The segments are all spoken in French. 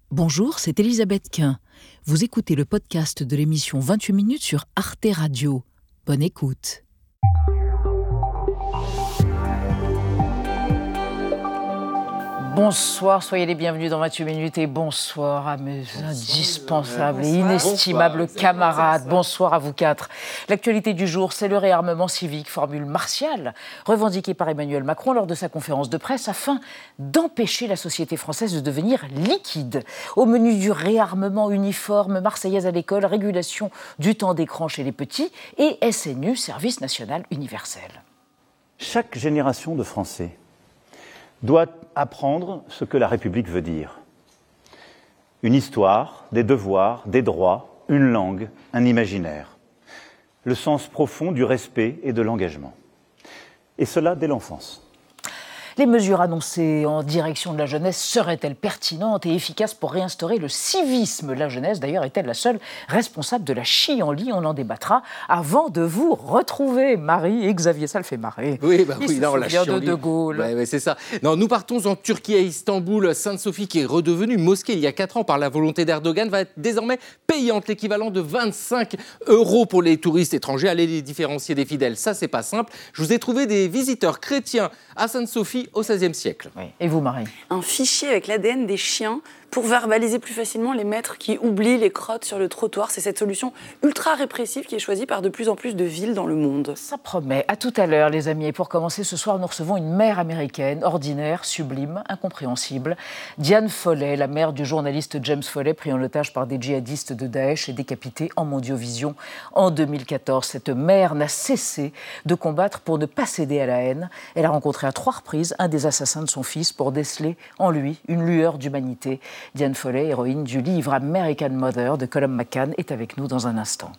Bonjour, c'est Elisabeth Quint. Vous écoutez le podcast de l'émission 28 minutes sur Arte Radio. Bonne écoute. Bonsoir, soyez les bienvenus dans 28 minutes et bonsoir à mes indispensables et inestimables camarades. Bonsoir à vous quatre. L'actualité du jour, c'est le réarmement civique, formule martiale, revendiquée par Emmanuel Macron lors de sa conférence de presse afin d'empêcher la société française de devenir liquide. Au menu du réarmement, uniforme, marseillaise à l'école, régulation du temps d'écran chez les petits et SNU, service national universel. Chaque génération de Français doit apprendre ce que la République veut dire. Une histoire, des devoirs, des droits, une langue, un imaginaire. Le sens profond du respect et de l'engagement. Et cela dès l'enfance. Les mesures annoncées en direction de la jeunesse seraient-elles pertinentes et efficaces pour réinstaurer le civisme ? La jeunesse, d'ailleurs, est-elle la seule responsable de la chi en lit ? On en débattra avant de vous retrouver, Marie et Xavier. Ça le fait marrer. Oui, la chi en lit. De Gaulle. Ouais, c'est ça. Non, nous partons en Turquie, à Istanbul. Sainte-Sophie, qui est redevenue mosquée il y a 4 ans par la volonté d'Erdogan, va être désormais payante, l'équivalent de 25 € pour les touristes étrangers. Allez les différencier des fidèles, ça, c'est pas simple. Je vous ai trouvé des visiteurs chrétiens à Sainte-Sophie au XVIe siècle. Oui. Et vous, Marie ? Un fichier avec l'ADN des chiens pour verbaliser plus facilement les maîtres qui oublient les crottes sur le trottoir. C'est cette solution ultra répressive qui est choisie par de plus en plus de villes dans le monde. Ça promet. À tout à l'heure, les amis. Et pour commencer, ce soir, nous recevons une mère américaine, ordinaire, sublime, incompréhensible. Diane Foley, la mère du journaliste James Foley, pris en otage par des djihadistes de Daesh et décapité en Mondiovision en 2014. Cette mère n'a cessé de combattre pour ne pas céder à la haine. Elle a rencontré à 3 reprises un des assassins de son fils pour déceler en lui une lueur d'humanité. Diane Foley, héroïne du livre American Mother de Colum McCann, est avec nous dans un instant.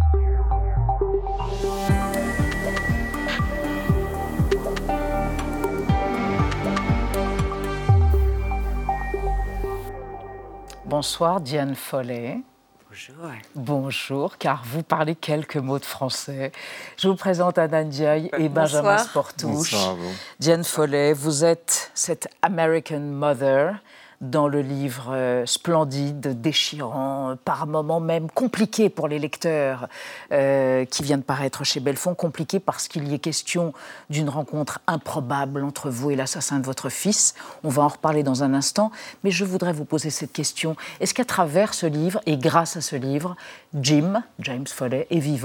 Bonsoir Diane Foley. Bonjour. Bonjour, car vous parlez quelques mots de français. Je vous présente Anna Ndiaye et Benjamin Sportouche. Bonsoir. Diane Foley, vous êtes cette American Mother dans le livre splendide, déchirant, par moments même compliqué pour les lecteurs, qui vient de paraître chez Belfond, compliqué parce qu'il y est question d'une rencontre improbable entre vous et l'assassin de votre fils. On va en reparler dans un instant, mais je voudrais vous poser cette question. Est-ce qu'à travers ce livre, et grâce à ce livre, James Foley, est vivant ?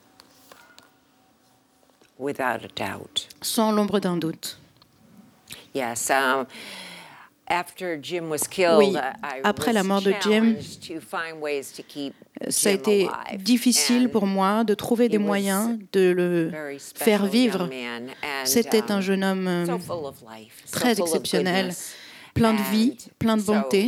Without a doubt. Sans l'ombre d'un doute. Yes. Oui, après la mort de Jim, ça a été difficile pour moi de trouver des moyens de le faire vivre. C'était un jeune homme très exceptionnel, plein de vie, plein de bonté.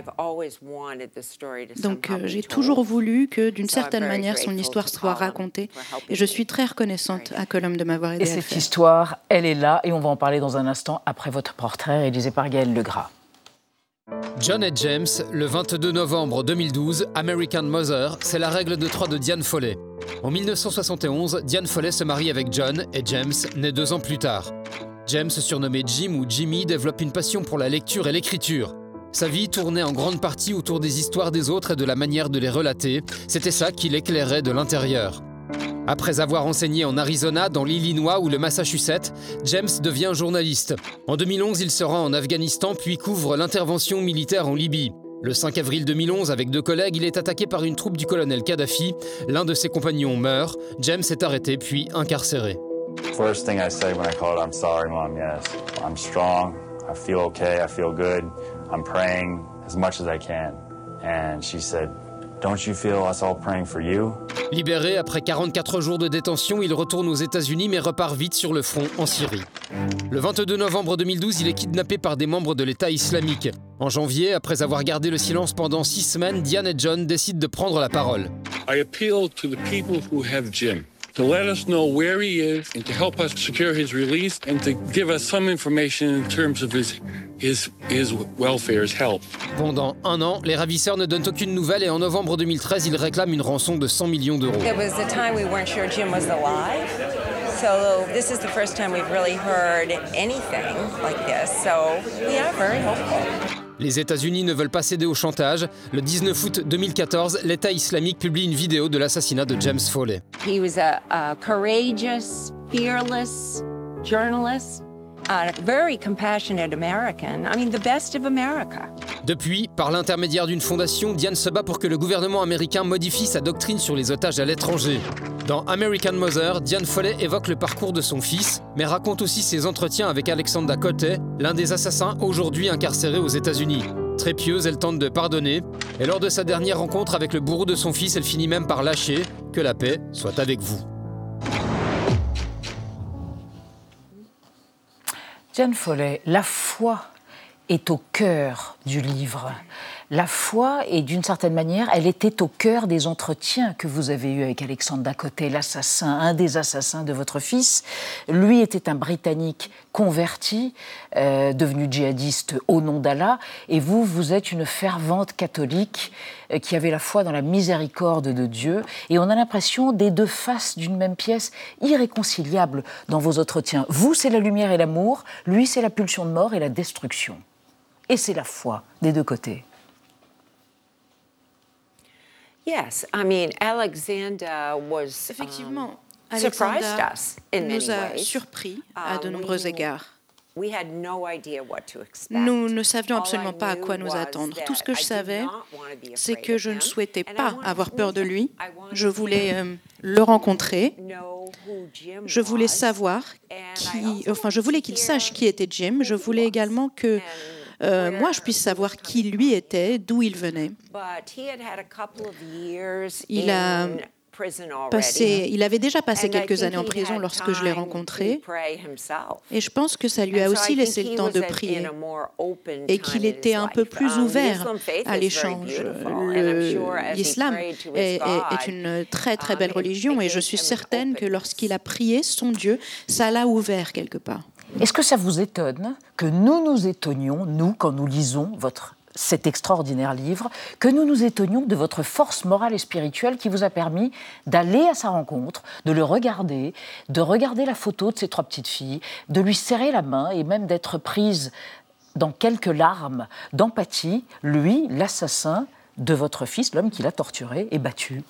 Donc j'ai toujours voulu que, d'une certaine manière, son histoire soit racontée. Et je suis très reconnaissante à Colum de m'avoir aidée à le faire. Et cette histoire, elle est là, et on va en parler dans un instant après votre portrait réalisé par Gaël Legras. John et James, le 22 novembre 2012, American Mother, c'est la règle de 3 de Diane Foley. En 1971, Diane Foley se marie avec John et James naît 2 ans plus tard. James, surnommé Jim ou Jimmy, développe une passion pour la lecture et l'écriture. Sa vie tournait en grande partie autour des histoires des autres et de la manière de les relater. C'était ça qui l'éclairait de l'intérieur. Après avoir enseigné en Arizona, dans l'Illinois ou le Massachusetts, James devient journaliste. En 2011, il se rend en Afghanistan puis couvre l'intervention militaire en Libye. Le 5 avril 2011, avec 2 collègues, il est attaqué par une troupe du colonel Kadhafi. L'un de ses compagnons meurt. James est arrêté puis incarcéré. First thing I say when I call it, I'm sorry, Mom, yes. I'm strong, I feel okay, I feel good. I'm praying as much as I can. And she said, don't you feel us all praying for you? Libéré après 44 jours de détention, il retourne aux États-Unis mais repart vite sur le front en Syrie. Le 22 novembre 2012, il est kidnappé par des membres de l'État islamique. En janvier, après avoir gardé le silence pendant 6 semaines, Diane et John décident de prendre la parole. I appeal to the people who have Jim to let us know where he is and to help us secure his release and to give us some information in terms of his welfare, his health. Pendant 1 an, les ravisseurs ne donnent aucune nouvelle et en novembre 2013, ils réclament une rançon de 100 millions d'euros. It was the time we weren't sure Jim was alive. So this is the first time we've really heard anything like this. So we are very hopeful. Les États-Unis ne veulent pas céder au chantage. Le 19 août 2014, l'État islamique publie une vidéo de l'assassinat de James Foley. He was a courageous, fearless journalist, a very compassionate American. I mean, the best of America. Depuis, par l'intermédiaire d'une fondation, Diane se bat pour que le gouvernement américain modifie sa doctrine sur les otages à l'étranger. Dans American Mother, Diane Foley évoque le parcours de son fils, mais raconte aussi ses entretiens avec Alexandra Cote, l'un des assassins aujourd'hui incarcérés aux États-Unis. Très pieuse, elle tente de pardonner, et lors de sa dernière rencontre avec le bourreau de son fils, elle finit même par lâcher « Que la paix soit avec vous ». Diane Foley, la foi est au cœur du livre. La foi, et d'une certaine manière, elle était au cœur des entretiens que vous avez eus avec Alexandra Cote, l'assassin, un des assassins de votre fils. Lui était un Britannique converti, devenu djihadiste au nom d'Allah, et vous, vous êtes une fervente catholique qui avait la foi dans la miséricorde de Dieu. Et on a l'impression des deux faces d'une même pièce, irréconciliables dans vos entretiens. Vous, c'est la lumière et l'amour, lui, c'est la pulsion de mort et la destruction. Et c'est la foi des deux côtés. Yes, I mean, Alexander was Effectivement, surprised Alexandra us in many nous a ways. surpris à de nombreux égards. We had no idea what to expect. Nous ne savions All absolument I pas à knew quoi nous was attendre. that Tout ce que je I did savais, not wanna be c'est afraid que of je ne him, souhaitais and I pas wanted avoir to peur meet de him. lui. I wanted Je to voulais le rencontrer. know who Jim Je voulais was, savoir and I qui... also Enfin, je voulais qu'il sache qui était Jim. Je voulais également que moi, je puisse savoir qui lui était, d'où il venait. But he had a couple of years Il a in prison already. Il avait déjà passé And I quelques think années en he prison had lorsque je l'ai time rencontré. to pray himself. Et je pense que ça lui a And so aussi I laissé think le he temps de was prier. in a more open Et time qu'il in était his un peu life. plus The ouvert Islam faith à is very l'échange. beautiful, and I'm sure as he L'islam prayed to his est God, une très très belle religion et je suis it gave him certaine que openness. lorsqu'il a prié son Dieu, ça l'a ouvert quelque part. Est-ce que ça vous étonne que nous nous étonnions, nous, quand nous lisons cet extraordinaire livre, que nous nous étonnions de votre force morale et spirituelle qui vous a permis d'aller à sa rencontre, de le regarder, de regarder la photo de ces trois petites filles, de lui serrer la main et même d'être prise dans quelques larmes d'empathie, lui, l'assassin de votre fils, l'homme qui l'a torturé et battu.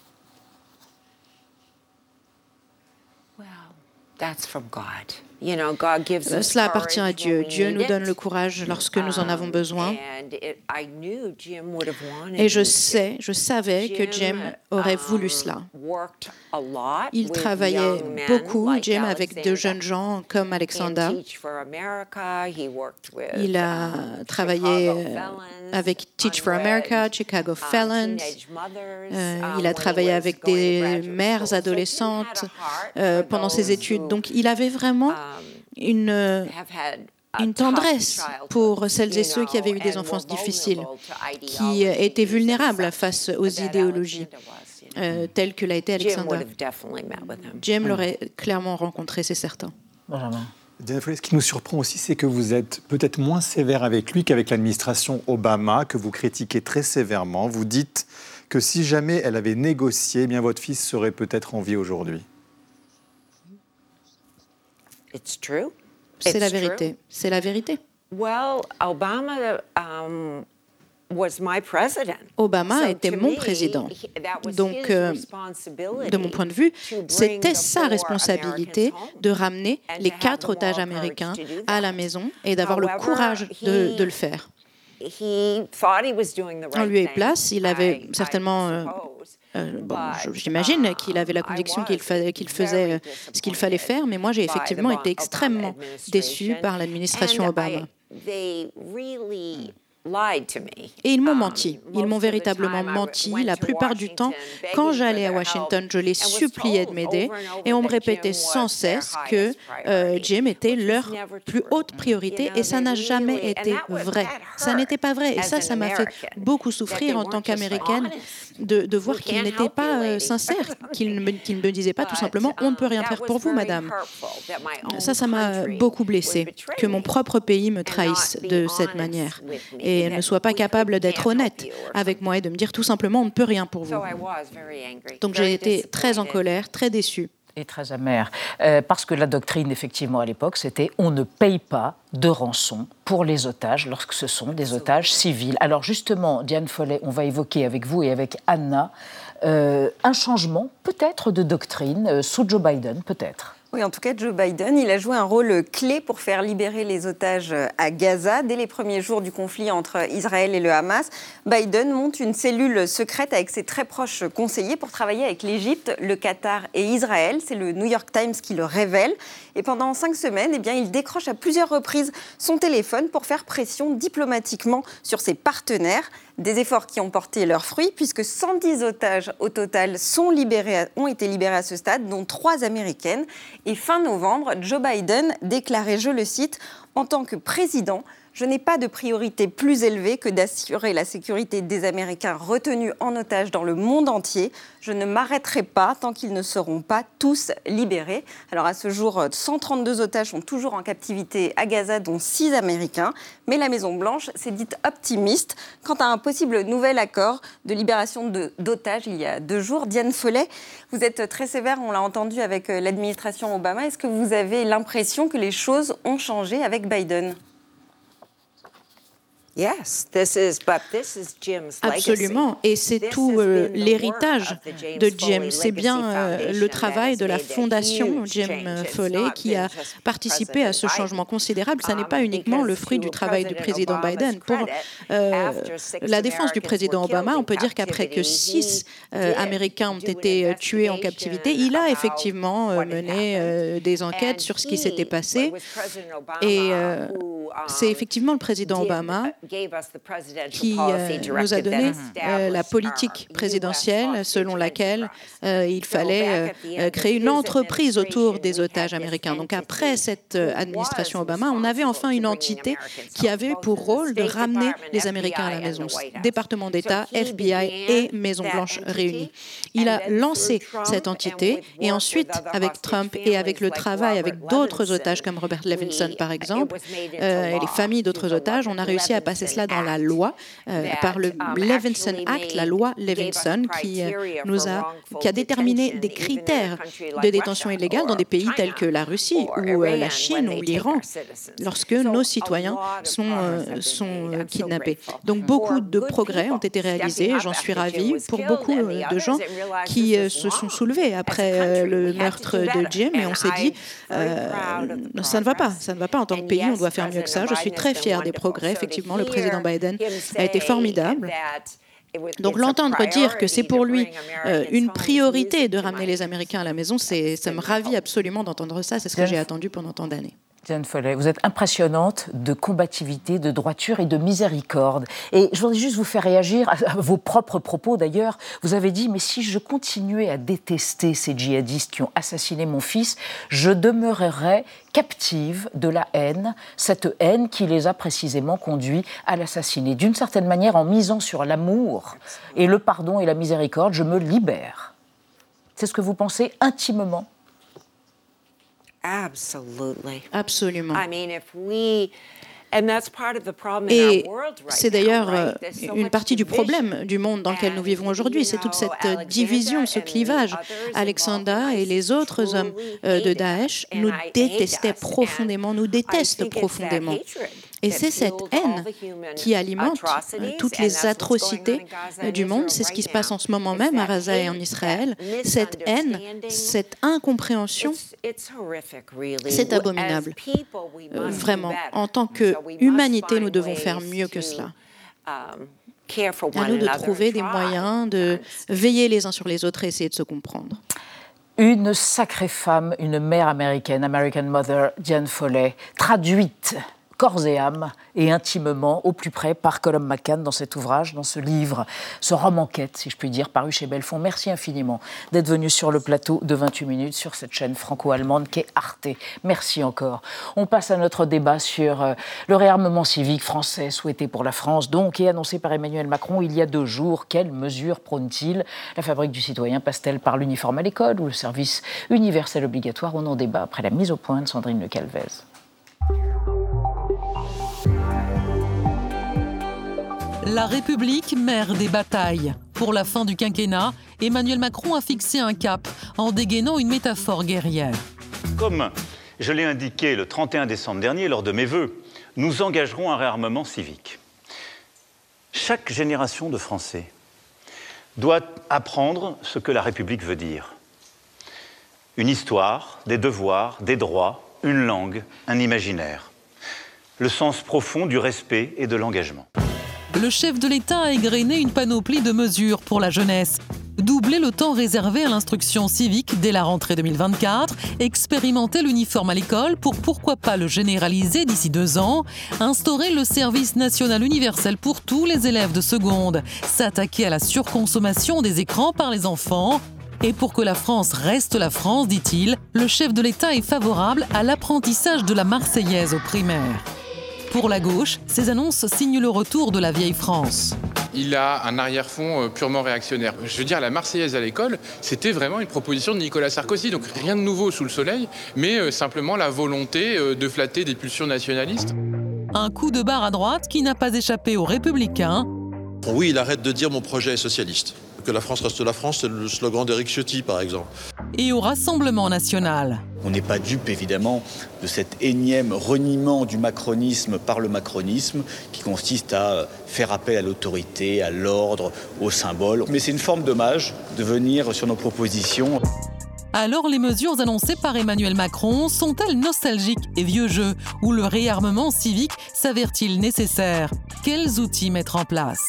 Well, that's from God. You know, God gives us Cela appartient à courage Dieu. when we Dieu need nous donne it. le courage lorsque nous en avons besoin. And I knew Jim would have wanted Et je me to. savais que Jim aurait voulu cela. Worked a lot Il with travaillait young men beaucoup, like Jim, avec de Alexander. jeunes gens comme Alexandra. In Teach for America, he worked with, Il a travaillé Chicago Felons, avec Teach for Unwed, America, Chicago Felons. teenage mothers, Il a when he travaillé was avec going to des graduate mères school. So he adolescentes had a heart for pendant ses those études. who, Donc il avait vraiment une have had a une tough tendresse childhood, pour celles et you ceux qui avaient eu know, des and enfants were difficiles, vulnerable to qui ideologies étaient and vulnérables such. face aux But that idéologies Alexander was, you know. telles que l'a été Jim Alexandra. would have definitely met with him. Jim l'aurait clairement rencontré, c'est certain. Benjamin. Diane Foley, ce qui nous surprend aussi, c'est que vous êtes peut-être moins sévère avec lui qu'avec l'administration Obama, que vous critiquez très sévèrement. Vous dites que si jamais elle avait négocié, eh bien votre fils serait peut-être en vie aujourd'hui. It's true. C'est la It's true. vérité. C'est la vérité. Well, Obama was my president. Obama So était to mon me, président. that was Donc, his responsibility de mon point de vue, to bring c'était the sa four responsabilité Americans home de ramener and les to have 4 the otages moral américains courage to do à la that. maison et d'avoir le However, courage de le faire. He thought he was doing the right En lieu et thing, place, il avait I certainement, suppose. j'imagine qu'il avait la conviction qu'il faisait ce qu'il fallait faire, mais moi j'ai effectivement été extrêmement déçue par l'administration Obama. Et ils m'ont menti, ils m'ont véritablement menti. La plupart du temps, quand j'allais à Washington, je les suppliais de m'aider et on me répétait sans cesse que Jim était leur plus haute priorité et ça n'a jamais été vrai. Ça n'était pas vrai et ça m'a fait beaucoup souffrir en tant qu'Américaine de voir qu'ils n'étaient pas sincères, qu'ils ne me disaient pas tout simplement « on ne peut rien faire pour vous, madame ». Ça m'a beaucoup blessée, que mon propre pays me trahisse de cette manière et ne soit pas capable d'être honnête avec moi et de me dire tout simplement « on ne peut rien pour vous ». Donc j'ai été très en colère, très déçue Et très amer. Parce que la doctrine, effectivement, à l'époque, c'était on ne paye pas de rançon pour les otages lorsque ce sont des otages civils. Alors justement, Diane Foley, on va évoquer avec vous et avec Anna un changement peut-être de doctrine sous Joe Biden, peut-être. Oui, en tout cas, Joe Biden, il a joué un rôle clé pour faire libérer les otages à Gaza. Dès les premiers jours du conflit entre Israël et le Hamas, Biden monte une cellule secrète avec ses très proches conseillers pour travailler avec l'Égypte, le Qatar et Israël. C'est le New York Times qui le révèle. Et pendant 5 semaines, eh bien, il décroche à plusieurs reprises son téléphone pour faire pression diplomatiquement sur ses partenaires. Des efforts qui ont porté leurs fruits, puisque 110 otages au total ont été libérés à ce stade, dont 3 américaines. Et fin novembre, Joe Biden déclarait, je le cite, « En tant que président, je n'ai pas de priorité plus élevée que d'assurer la sécurité des Américains retenus en otage dans le monde entier. Je ne m'arrêterai pas tant qu'ils ne seront pas tous libérés. » Alors à ce jour, 132 otages sont toujours en captivité à Gaza, dont 6 Américains. Mais la Maison-Blanche s'est dite optimiste quant à un possible nouvel accord de libération d'otages il y a 2 jours. Diane Foley, vous êtes très sévère, on l'a entendu avec l'administration Obama. Est-ce que vous avez l'impression que les choses ont changé avec Biden ? Absolument, et c'est tout l'héritage de Jim. C'est bien le travail de la fondation Jim Foley qui a participé à ce changement considérable. Ça n'est pas uniquement le fruit du travail du président Biden. Pour la défense du président Obama, on peut dire qu'après que 6 Américains ont été tués en captivité, il a effectivement mené des enquêtes sur ce qui s'était passé. Et c'est effectivement le président Obama qui nous a donné la politique présidentielle selon laquelle il fallait créer une entreprise autour des otages américains. Donc après cette administration Obama, on avait enfin une entité qui avait pour rôle de ramener les Américains à la maison. Département d'État, FBI et Maison-Blanche réunis. Il a lancé cette entité et ensuite, avec Trump et avec le travail avec d'autres otages comme Robert Levinson par exemple, et les familles d'autres otages, on a réussi à passer cela dans la loi par le Levinson Act, la loi Levinson, qui a déterminé des critères de détention illégale dans des pays tels que la Russie ou la Chine ou l'Iran, lorsque nos citoyens sont kidnappés. Donc beaucoup de progrès ont été réalisés, j'en suis ravie, pour beaucoup de gens qui se sont soulevés après le meurtre de Jim, et on s'est dit, ça ne va pas en tant que pays, on doit faire mieux que ça. Je suis très fière des progrès, effectivement, le président Biden a été formidable. Donc l'entendre dire que c'est pour lui une priorité de ramener les Américains à la maison, ça me ravit absolument d'entendre ça. C'est ce que j'ai attendu pendant tant d'années. Diane Foley, vous êtes impressionnante de combativité, de droiture et de miséricorde. Et je voudrais juste vous faire réagir à vos propres propos d'ailleurs. Vous avez dit, mais si je continuais à détester ces djihadistes qui ont assassiné mon fils, je demeurerais captive de la haine, cette haine qui les a précisément conduits à l'assassiner. D'une certaine manière, en misant sur l'amour et le pardon et la miséricorde, je me libère. C'est ce que vous pensez intimement? Absolument. Et c'est d'ailleurs une partie du problème du monde dans lequel nous vivons aujourd'hui, c'est toute cette division, ce clivage. Alexandra et les autres hommes de Daesh nous détestaient profondément, nous détestent profondément. Et c'est cette haine qui alimente toutes les atrocités du monde. C'est ce qui se passe en ce moment même à Gaza et en Israël. Cette haine, cette incompréhension, c'est abominable. Vraiment, en tant qu'humanité, nous devons faire mieux que cela. À nous de trouver des moyens de veiller les uns sur les autres et essayer de se comprendre. Une sacrée femme, une mère américaine, American Mother, Diane Foley, traduite corps et âme et intimement au plus près par Colum McCann dans cet ouvrage, dans ce livre, ce roman-quête, si je puis dire, paru chez Belfond. Merci infiniment d'être venu sur le plateau de 28 minutes sur cette chaîne franco-allemande qu'est Arte. Merci encore. On passe à notre débat sur le réarmement civique français souhaité pour la France, donc, et annoncé par Emmanuel Macron il y a 2 jours. Quelles mesures prône-t-il? La fabrique du citoyen passe-t-elle par l'uniforme à l'école ou le service universel obligatoire? On en débat après la mise au point de Sandrine Le Calvez. La République, mère des batailles. Pour la fin du quinquennat, Emmanuel Macron a fixé un cap en dégainant une métaphore guerrière. Comme je l'ai indiqué le 31 décembre dernier lors de mes vœux, nous engagerons un réarmement civique. Chaque génération de Français doit apprendre ce que la République veut dire. Une histoire, des devoirs, des droits, une langue, un imaginaire. Le sens profond du respect et de l'engagement. Le chef de l'État a égrené une panoplie de mesures pour la jeunesse. Doubler le temps réservé à l'instruction civique dès la rentrée 2024, expérimenter l'uniforme à l'école pour pourquoi pas le généraliser d'ici 2 ans, instaurer le service national universel pour tous les élèves de seconde, s'attaquer à la surconsommation des écrans par les enfants. Et pour que la France reste la France, dit-il, le chef de l'État est favorable à l'apprentissage de la Marseillaise au primaire. Pour la gauche, ces annonces signent le retour de la vieille France. Il a un arrière-fond purement réactionnaire. Je veux dire, la Marseillaise à l'école, c'était vraiment une proposition de Nicolas Sarkozy. Donc rien de nouveau sous le soleil, mais simplement la volonté de flatter des pulsions nationalistes. Un coup de barre à droite qui n'a pas échappé aux Républicains. Oui, il arrête de dire « mon projet est socialiste ». Que la France reste la France, c'est le slogan d'Éric Ciotti, par exemple. Et au Rassemblement national. On n'est pas dupe, évidemment, de cet énième reniement du macronisme par le macronisme, qui consiste à faire appel à l'autorité, à l'ordre, au symbole. Mais c'est une forme d'hommage de venir sur nos propositions. Alors les mesures annoncées par Emmanuel Macron sont-elles nostalgiques et vieux jeu, ou le réarmement civique s'avère-t-il nécessaire? Quels outils mettre en place?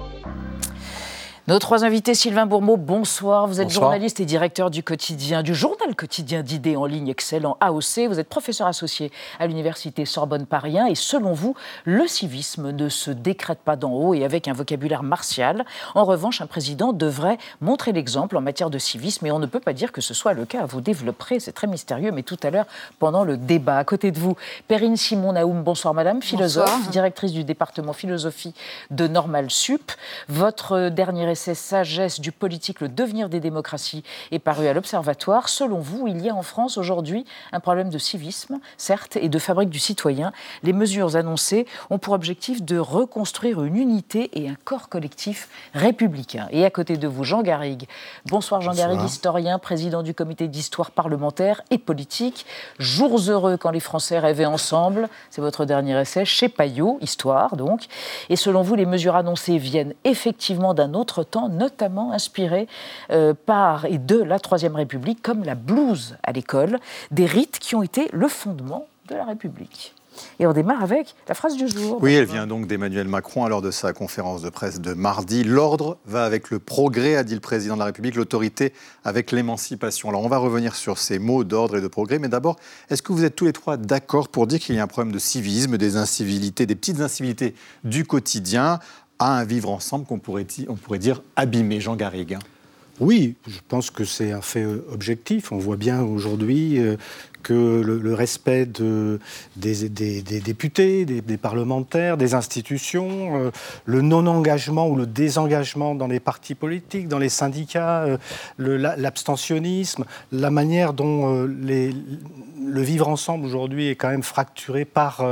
Nos 3 invités, Sylvain Bourmeau, bonsoir. Vous êtes Bonsoir. journaliste et directeur du journal quotidien d'idées en ligne excellent AOC. Vous êtes professeur associé à l'université Sorbonne Paris 1 et selon vous, le civisme ne se décrète pas d'en haut et avec un vocabulaire martial. En revanche, un président devrait montrer l'exemple en matière de civisme et on ne peut pas dire que ce soit le cas. Vous développerez, c'est très mystérieux, mais tout à l'heure, pendant le débat. À côté de vous, Perrine Simon-Naoum, bonsoir madame, philosophe, bonsoir. Directrice du département philosophie de Normal Sup. Votre dernier essai Sagesse du politique, le devenir des démocraties est paru à l'Observatoire. Selon vous, il y a en France aujourd'hui un problème de civisme, certes, et de fabrique du citoyen. Les mesures annoncées ont pour objectif de reconstruire une unité et un corps collectif républicain. Et à côté de vous, Jean Garrigue. Bonsoir Jean Garrigue, historien, président du comité d'histoire parlementaire et politique. Jours heureux quand les Français rêvaient ensemble. C'est votre dernier essai chez Payot, histoire donc. Et selon vous, les mesures annoncées viennent effectivement d'un autre temps, notamment inspiré par et de la Troisième République, comme la blouse à l'école, des rites qui ont été le fondement de la République. Et on démarre avec la phrase du jour. Oui, elle vient donc d'Emmanuel Macron lors de sa conférence de presse de mardi. L'ordre va avec le progrès, a dit le président de la République, l'autorité avec l'émancipation. Alors on va revenir sur ces mots d'ordre et de progrès, mais d'abord, est-ce que vous êtes tous les trois d'accord pour dire qu'il y a un problème de civisme, des incivilités, des petites incivilités du quotidien à un vivre ensemble qu'on pourrait dire abîmé, Jean Garrigue? Oui, je pense que c'est un fait objectif. On voit bien aujourd'hui que le respect des députés, des parlementaires, des institutions, le non-engagement ou le désengagement dans les partis politiques, dans les syndicats, l'abstentionnisme, la manière dont le vivre ensemble aujourd'hui est quand même fracturé par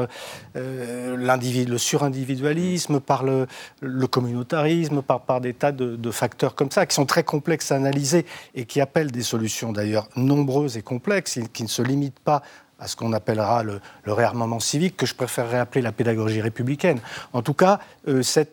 le surindividualisme, par le communautarisme, par des tas de facteurs comme ça, qui sont très complexes à analyser et qui appellent des solutions d'ailleurs nombreuses et complexes, qui ne se limitent pas à ce qu'on appellera le réarmement civique, que je préférerais appeler la pédagogie républicaine. En tout cas, ces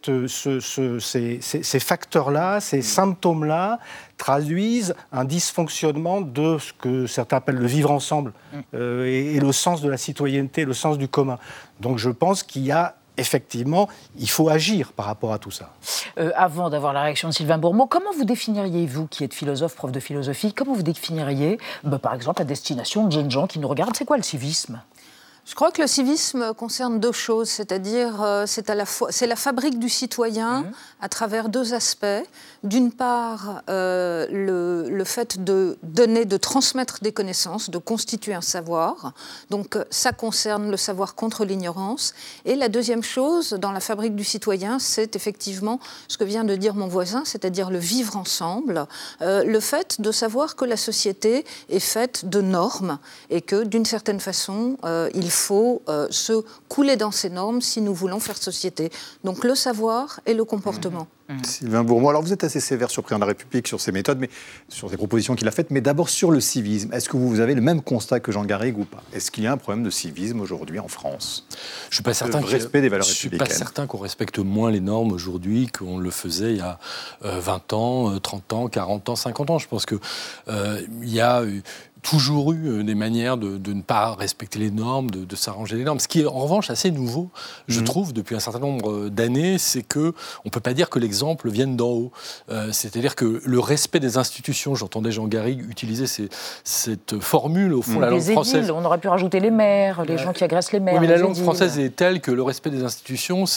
facteurs-là, ces symptômes-là, traduisent un dysfonctionnement de ce que certains appellent le vivre ensemble et le sens de la citoyenneté, le sens du commun. Donc je pense qu'il y a effectivement, il faut agir par rapport à tout ça. Avant d'avoir la réaction de Sylvain Bourmeau, comment vous définiriez, vous qui êtes philosophe, prof de philosophie, comment vous définiriez, par exemple, à destination de jeunes gens qui nous regardent, c'est quoi le civisme ? Je crois que le civisme concerne 2 choses, c'est-à-dire c'est la fabrique du citoyen à travers 2 aspects. D'une part, le fait de donner, de transmettre des connaissances, de constituer un savoir. Donc ça concerne le savoir contre l'ignorance. Et la deuxième chose, dans la fabrique du citoyen, c'est effectivement ce que vient de dire mon voisin, c'est-à-dire le vivre ensemble, le fait de savoir que la société est faite de normes et que d'une certaine façon, il faut se couler dans ces normes si nous voulons faire société. Donc le savoir et le comportement. Sylvain Bourmeau, alors vous êtes assez sévère sur le président de la République, sur ses méthodes, mais sur ses propositions qu'il a faites, mais d'abord sur le civisme. Est-ce que vous avez le même constat que Jean Garrigue ou pas? Est-ce qu'il y a un problème de civisme aujourd'hui en France? Je suis pas certain respect des valeurs républicaines. républicaines. Je suis pas certain qu'on respecte moins les normes aujourd'hui qu'on le faisait il y a 20 ans, 30 ans, 40 ans, 50 ans. Je pense que il y a toujours eu des manières de ne pas respecter les normes, de s'arranger les normes. Ce qui est en revanche assez nouveau, je trouve, depuis un certain nombre d'années, c'est qu'on ne peut pas dire que l'exemple vienne d'en haut. C'est-à-dire que le respect des institutions, j'entendais Jean Garrigue utiliser cette formule, au fond, la langue française... On aurait pu rajouter les maires, les gens qui agressent les maires. Oui, mais la langue française est telle que le respect des institutions,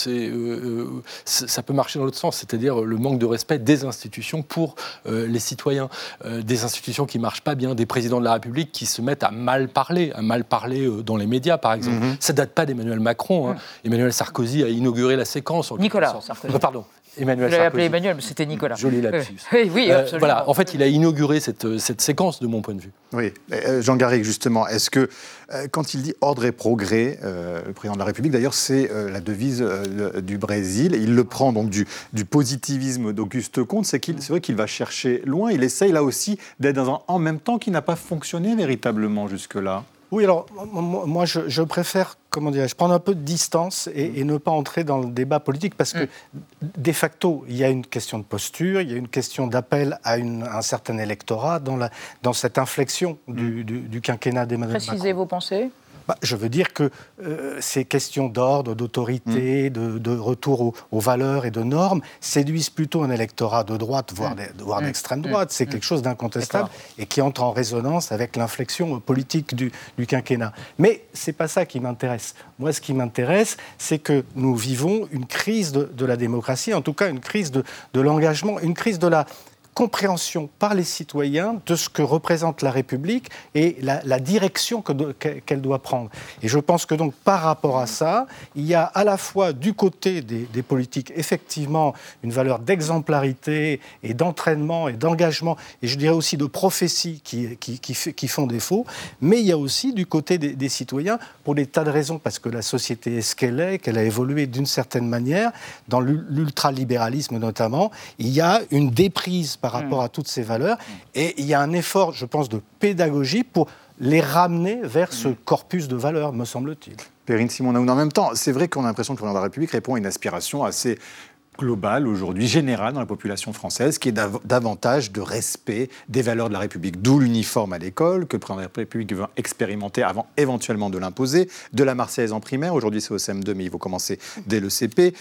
ça peut marcher dans l'autre sens, c'est-à-dire le manque de respect des institutions pour les citoyens. Des institutions qui ne marchent pas bien, des présidents de la République qui se mettent à mal parler dans les médias, par exemple. Ça ne date pas d'Emmanuel Macron. Emmanuel Sarkozy a inauguré la séquence. Nicolas Sarkozy. Pardon. Emmanuel Sarkozy. Je l'ai appelé Emmanuel, mais c'était Nicolas. Joli lapsus. Oui, absolument. Voilà, en fait, il a inauguré cette séquence, de mon point de vue. Oui, Jean Garrigue, justement, est-ce que, quand il dit ordre et progrès, le président de la République, d'ailleurs, c'est la devise du Brésil, il le prend donc du positivisme d'Auguste Comte, c'est vrai qu'il va chercher loin, il essaye là aussi d'être dans un en même temps qui n'a pas fonctionné véritablement jusque-là. Oui, alors moi je préfère, prendre un peu de distance et ne pas entrer dans le débat politique parce que, de facto, il y a une question de posture, il y a une question d'appel à un certain électorat dans cette inflexion du quinquennat d'Emmanuel Macron. Précisez vos pensées. Je veux dire que ces questions d'ordre, d'autorité, de retour aux valeurs et de normes séduisent plutôt un électorat de droite, voire d'extrême droite. C'est quelque chose d'incontestable et qui entre en résonance avec l'inflexion politique du quinquennat. Mais ce n'est pas ça qui m'intéresse. Moi, ce qui m'intéresse, c'est que nous vivons une crise de la démocratie, en tout cas une crise de l'engagement, une crise de la compréhension par les citoyens de ce que représente la République et la direction qu'elle doit prendre. Et je pense que donc par rapport à ça, il y a à la fois du côté des politiques effectivement une valeur d'exemplarité et d'entraînement et d'engagement et je dirais aussi de prophétie qui font défaut, mais il y a aussi du côté des citoyens pour des tas de raisons, parce que la société est ce qu'elle est, qu'elle a évolué d'une certaine manière, dans l'ultralibéralisme notamment, il y a une déprise par rapport à toutes ces valeurs. Et il y a un effort, je pense, de pédagogie pour les ramener vers ce corpus de valeurs, me semble-t-il. Perrine Simon-Naoun, en même temps, c'est vrai qu'on a l'impression que le président de la République répond à une aspiration assez globale aujourd'hui, générale dans la population française, qui est davantage de respect des valeurs de la République. D'où l'uniforme à l'école, que le président de la République veut expérimenter avant éventuellement de l'imposer, de la Marseillaise en primaire, aujourd'hui c'est au CM2, mais il faut commencer dès le CP,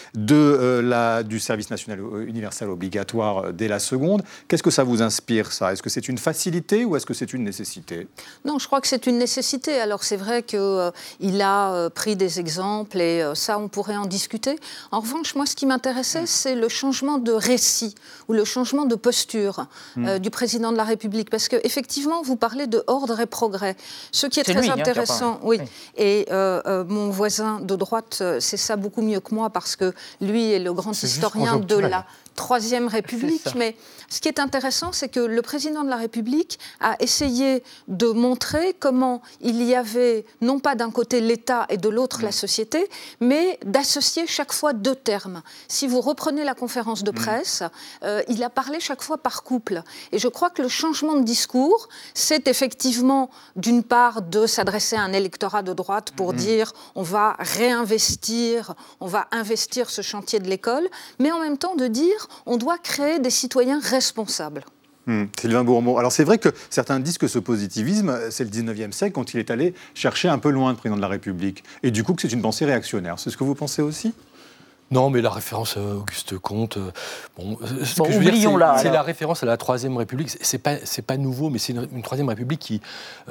du service national universel obligatoire dès la seconde. Qu'est-ce que ça vous inspire, ça? Est-ce que c'est une facilité ou est-ce que c'est une nécessité? Non, je crois que c'est une nécessité. Alors c'est vrai qu'il a pris des exemples et ça, on pourrait en discuter. En revanche, moi, ce qui m'intéressait, c'est le changement de récit ou le changement de posture du président de la République. Parce qu'effectivement, vous parlez de ordre et progrès. Ce qui est très intéressant, et mon voisin de droite sait ça beaucoup mieux que moi parce que lui est le grand historien de la Troisième République. Mais ce qui est intéressant, c'est que le président de la République a essayé de montrer comment il y avait, non pas d'un côté l'État et de l'autre la société, mais d'associer chaque fois deux termes. Si vous reprenez la conférence de presse, il a parlé chaque fois par couple. Et je crois que le changement de discours, c'est effectivement, d'une part, de s'adresser à un électorat de droite pour dire on va réinvestir, on va investir ce chantier de l'école, mais en même temps de dire on doit créer des citoyens responsables. Sylvain Bourmeau. Alors c'est vrai que certains disent que ce positivisme, c'est le 19e siècle quand il est allé chercher un peu loin le président de la République. Et du coup que c'est une pensée réactionnaire. C'est ce que vous pensez aussi ? Non, mais la référence à Auguste Comte, ce que je veux dire, c'est la référence à la Troisième République. C'est pas nouveau, mais c'est une Troisième République qui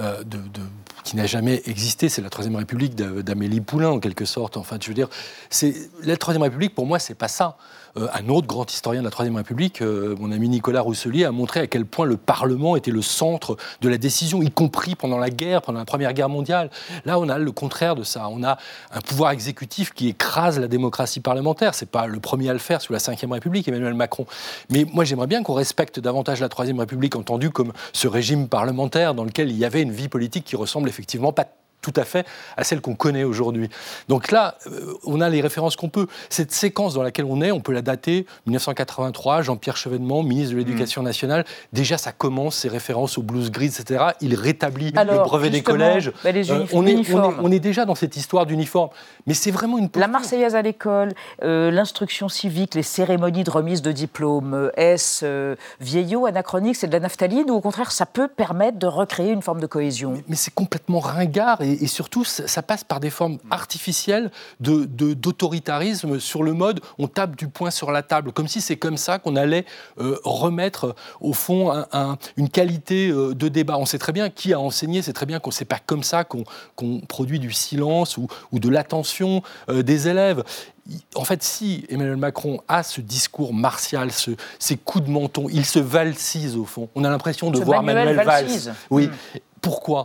n'a jamais existé. C'est la Troisième République d'Amélie Poulain, en quelque sorte. Enfin, je veux dire, la Troisième République, pour moi, c'est pas ça. Un autre grand historien de la Troisième République, mon ami Nicolas Rousselier, a montré à quel point le Parlement était le centre de la décision, y compris pendant la guerre, pendant la Première Guerre mondiale. Là, on a le contraire de ça. On a un pouvoir exécutif qui écrase la démocratie parlementaire. C'est pas le premier à le faire sous la Ve République, Emmanuel Macron. Mais moi, j'aimerais bien qu'on respecte davantage la Troisième République, entendue comme ce régime parlementaire dans lequel il y avait une vie politique qui ressemble effectivement pas tout à fait à celle qu'on connaît aujourd'hui. Donc là, on a les références qu'on peut. Cette séquence dans laquelle on peut la dater, 1983, Jean-Pierre Chevènement, ministre de l'Éducation nationale. Déjà, ça commence, ces références au blues grid, etc. Il rétablit le brevet des collèges. On est déjà dans cette histoire d'uniforme. Mais c'est vraiment une... La Marseillaise à l'école, l'instruction civique, les cérémonies de remise de diplôme, est-ce vieillot, anachronique, c'est de la naphtaline ou au contraire, ça peut permettre de recréer une forme de cohésion? Mais c'est complètement ringard et surtout, ça passe par des formes artificielles d'autoritarisme sur le mode on tape du poing sur la table, comme si c'est comme ça qu'on allait remettre au fond une qualité de débat. On sait très bien qui a enseigné, c'est très bien qu'on ne sait pas comme ça qu'on produit du silence ou de l'attention des élèves. En fait, si Emmanuel Macron a ce discours martial, ces coups de menton, il se valsise au fond. On a l'impression de voir Manuel Valls. Oui. Pourquoi ?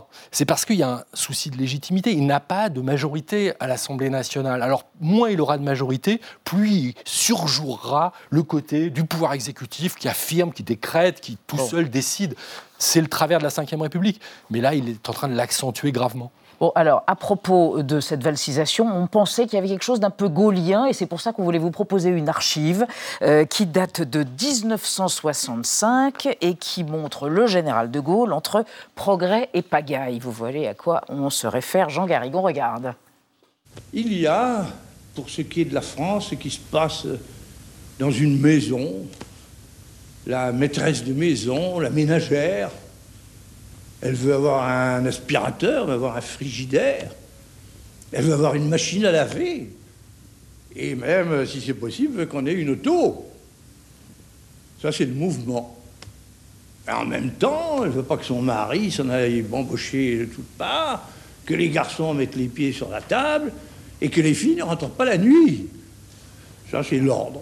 C'est parce qu'il y a un souci de légitimité. Il n'a pas de majorité à l'Assemblée nationale. Alors, moins il aura de majorité, plus il surjouera le côté du pouvoir exécutif qui affirme, qui décrète, qui tout seul décide. C'est le travers de la Ve République. Mais là, il est en train de l'accentuer gravement. Bon, alors, à propos de cette valsisation, on pensait qu'il y avait quelque chose d'un peu gaullien, et c'est pour ça qu'on voulait vous proposer une archive qui date de 1965 et qui montre le général de Gaulle entre progrès et pagaille. Vous voyez à quoi on se réfère. Jean Garrigon, regarde. Il y a, pour ce qui est de la France, ce qui se passe dans une maison, la maîtresse de maison, la ménagère. Elle veut avoir un aspirateur, elle veut avoir un frigidaire, elle veut avoir une machine à laver. Et même, si c'est possible, veut qu'on ait une auto. Ça, c'est le mouvement. Et en même temps, elle ne veut pas que son mari s'en aille bambocher de toutes parts, que les garçons mettent les pieds sur la table et que les filles ne rentrent pas la nuit. Ça, c'est l'ordre.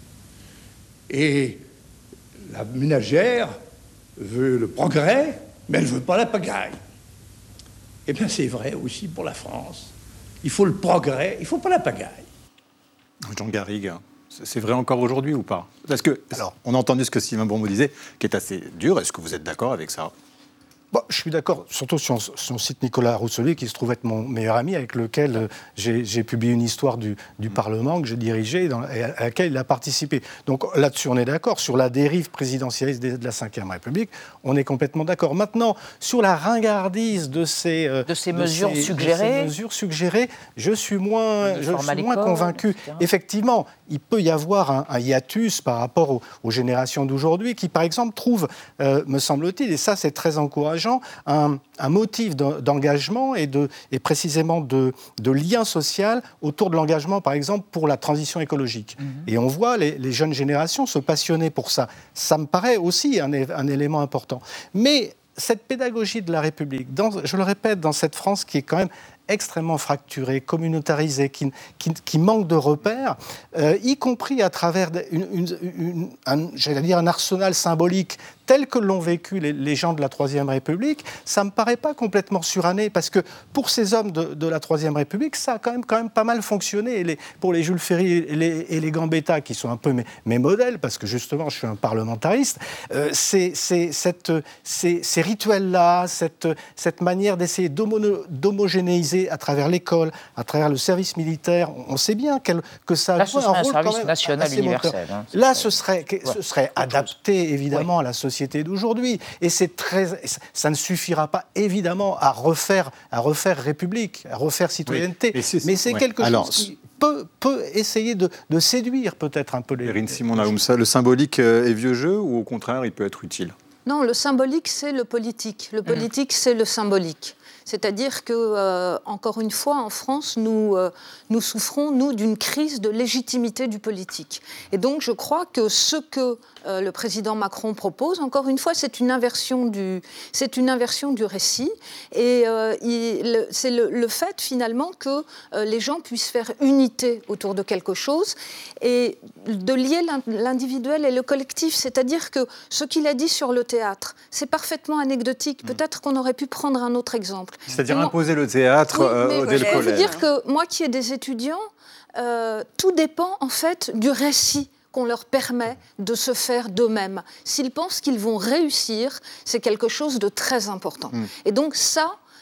Et la ménagère veut le progrès, mais elle ne veut pas la pagaille. Eh bien, c'est vrai aussi pour la France. Il faut le progrès, il ne faut pas la pagaille. Jean Garrigue, c'est vrai encore aujourd'hui ou pas? Parce que, alors, on a entendu ce que Sylvain Bourmeau disait, qui est assez dur. Est-ce que vous êtes d'accord avec ça? Bon, je suis d'accord, surtout si on cite Nicolas Rousselier, qui se trouve être mon meilleur ami, avec lequel j'ai publié une histoire du Parlement que j'ai dirigé et à laquelle il a participé. Donc là-dessus, on est d'accord. Sur la dérive présidentialiste de la Ve République, on est complètement d'accord. Maintenant, sur la ringardise de ces mesures suggérées, je suis moins convaincu. Effectivement, il peut y avoir un hiatus par rapport aux générations d'aujourd'hui qui, par exemple, trouvent, me semble-t-il, et ça c'est très encourageant, un motif d'engagement et précisément de lien social autour de l'engagement, par exemple, pour la transition écologique. Et on voit les jeunes générations se passionner pour ça. Ça me paraît aussi un élément important. Mais cette pédagogie de la République, je le répète, dans cette France qui est quand même extrêmement fracturée, communautarisée, qui manque de repères, y compris à travers un arsenal symbolique tel que l'ont vécu les gens de la Troisième République, ça ne me paraît pas complètement suranné, parce que pour ces hommes de la Troisième République, ça a quand même pas mal fonctionné. Pour les Jules Ferry et les Gambetta, qui sont un peu mes modèles, parce que justement, je suis un parlementariste, ces rituels-là, cette manière d'essayer d'homogénéiser à travers l'école, à travers le service militaire, on sait bien que ça a joué un rôle quand même national universel. Là, ce serait adapté, évidemment, à la société d'aujourd'hui. Et ça ne suffira pas, évidemment, à refaire République, à refaire citoyenneté. Oui, mais c'est quelque chose qui peut essayer de séduire peut-être un peu les... Perrine Simon-Naoumsa, le symbolique est vieux jeu ou au contraire, il peut être utile? Non, le symbolique, c'est le politique. Le politique, c'est le symbolique. C'est-à-dire que, encore une fois, en France, nous souffrons, nous, d'une crise de légitimité du politique. Et donc, je crois que ce que le président Macron propose, encore une fois, c'est une inversion du récit. Et c'est le fait, finalement, que les gens puissent faire unité autour de quelque chose et de lier l'individuel et le collectif. C'est-à-dire que ce qu'il a dit sur le théâtre, c'est parfaitement anecdotique. Peut-être qu'on aurait pu prendre un autre exemple. C'est-à-dire imposer le théâtre dès le collège. Je veux dire que moi qui ai des étudiants, tout dépend en fait du récit qu'on leur permet de se faire d'eux-mêmes. S'ils pensent qu'ils vont réussir, c'est quelque chose de très important. Et donc ça,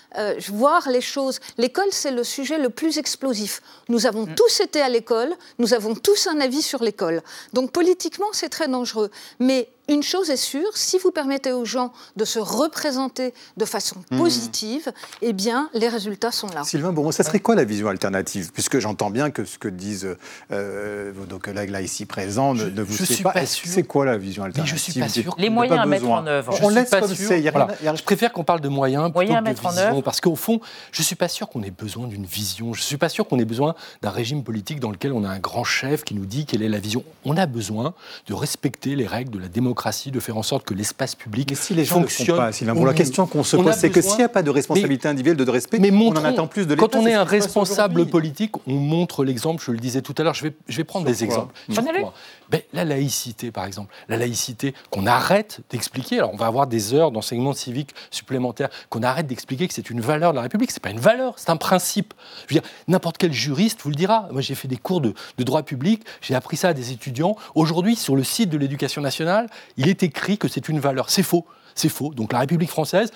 voir les choses. L'école, c'est le sujet le plus explosif. Nous avons tous été à l'école, nous avons tous un avis sur l'école. Donc politiquement, c'est très dangereux. Mais une chose est sûre, si vous permettez aux gens de se représenter de façon positive, eh bien, les résultats sont là. Sylvain Bourron, ça serait quoi la vision alternative? Puisque j'entends bien que ce que disent vos collègues là ici présents ne vous plaît pas. C'est quoi la vision alternative? Je suis pas sûr. Les moyens à mettre en œuvre. On laisse comme c'est. Je préfère qu'on parle de moyens plutôt que de vision, parce qu'au fond, je suis pas sûr qu'on ait besoin d'une vision. Je suis pas sûr qu'on ait besoin d'un régime politique dans lequel on a un grand chef qui nous dit quelle est la vision. On a besoin de respecter les règles de la démocratie, de faire en sorte que l'espace public fonctionne. Mais si les gens ne font pas, Sylvain, la question qu'on se pose, c'est que s'il n'y a pas de responsabilité individuelle, de respect, on en attend plus de l'État. Quand on est un responsable politique, on montre l'exemple, je le disais tout à l'heure, je vais prendre des exemples. La laïcité, par exemple. La laïcité, qu'on arrête d'expliquer, alors on va avoir des heures d'enseignement civique supplémentaires, qu'on arrête d'expliquer que c'est une valeur de la République. C'est pas une valeur, c'est un principe. Je veux dire, n'importe quel juriste vous le dira. Moi, j'ai fait des cours de droit public, j'ai appris ça à des étudiants. Aujourd'hui, sur le site de l'Éducation nationale, il est écrit que c'est une valeur. C'est faux. C'est faux. Donc la République française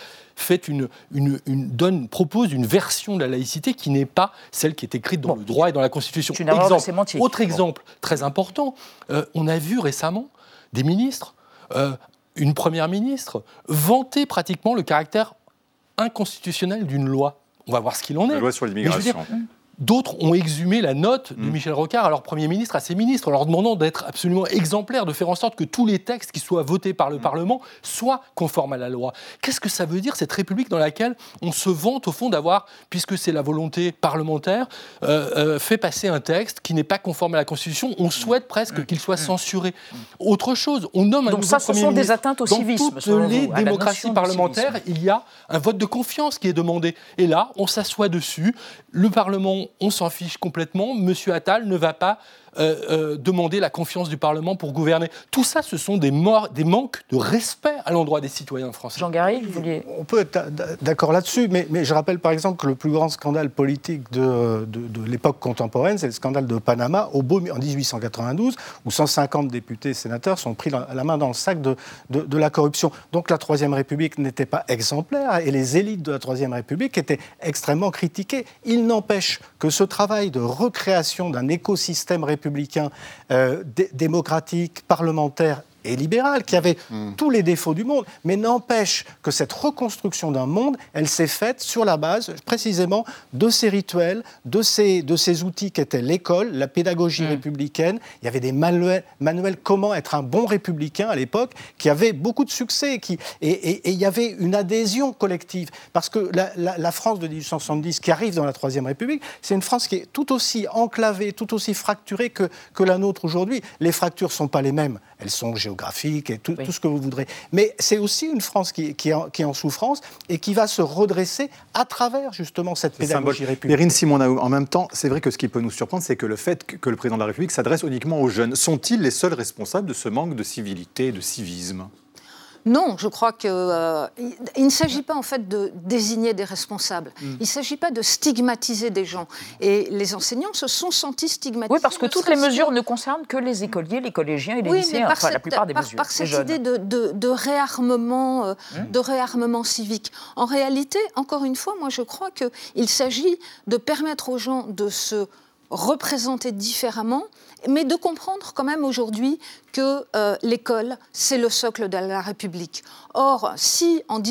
propose une version de la laïcité qui n'est pas celle qui est écrite dans le droit et dans la Constitution. C'est une erreur sémantique. Autre exemple très important, on a vu récemment des ministres, une première ministre, vanter pratiquement le caractère inconstitutionnel d'une loi. On va voir ce qu'il en est. La loi sur l'immigration. D'autres ont exhumé la note de Michel Rocard à leur Premier ministre, à ses ministres, en leur demandant d'être absolument exemplaires, de faire en sorte que tous les textes qui soient votés par le Parlement soient conformes à la loi. Qu'est-ce que ça veut dire, cette République dans laquelle on se vante, au fond, d'avoir, puisque c'est la volonté parlementaire, fait passer un texte qui n'est pas conforme à la Constitution? On souhaite presque qu'il soit censuré. Autre chose, on nomme un nouveau Premier ministre. Donc ça, ce sont des atteintes au civisme. Dans toutes les démocraties parlementaires, il y a un vote de confiance qui est demandé. Et là, on s'assoit dessus. Le Parlement, on s'en fiche complètement. Monsieur Attal ne va pas demander la confiance du Parlement pour gouverner. Tout ça, ce sont des manques de respect à l'endroit des citoyens français. Jean Garry, vous vouliez... On peut être d'accord là-dessus, mais je rappelle par exemple que le plus grand scandale politique de l'époque contemporaine, c'est le scandale de Panama en 1892, où 150 députés et sénateurs sont pris la main dans le sac de la corruption. Donc la Troisième République n'était pas exemplaire, et les élites de la Troisième République étaient extrêmement critiquées. Il n'empêche que ce travail de recréation d'un écosystème républicain démocratique, parlementaire et libéral, qui avait tous les défauts du monde, mais n'empêche que cette reconstruction d'un monde, elle s'est faite sur la base, précisément, de ces rituels, de ces outils qu'étaient l'école, la pédagogie républicaine. Il y avait des manuels comment être un bon républicain à l'époque, qui avaient beaucoup de succès, et il y avait une adhésion collective. Parce que la France de 1870, qui arrive dans la Troisième République, c'est une France qui est tout aussi enclavée, tout aussi fracturée que la nôtre aujourd'hui. Les fractures ne sont pas les mêmes. Elles sont géographiques et tout ce que vous voudrez. Mais c'est aussi une France qui est en souffrance et qui va se redresser à travers justement cette pédagogie républicaine. Perrine Simon-Naou, en même temps, c'est vrai que ce qui peut nous surprendre, c'est que le fait que le président de la République s'adresse uniquement aux jeunes. Sont-ils les seuls responsables de ce manque de civilité et de civisme ? Non, je crois qu'il ne s'agit pas en fait de désigner des responsables. Il ne s'agit pas de stigmatiser des gens. Et les enseignants se sont sentis stigmatisés. Oui, parce que toutes les mesures ne concernent que les écoliers, les collégiens et les lycéens. Enfin, la plupart des mesures. Par cette idée de réarmement, de réarmement civique. En réalité, encore une fois, moi je crois qu'il s'agit de permettre aux gens de se représenter différemment, mais de comprendre quand même aujourd'hui que l'école, c'est le socle de la République. Or, si en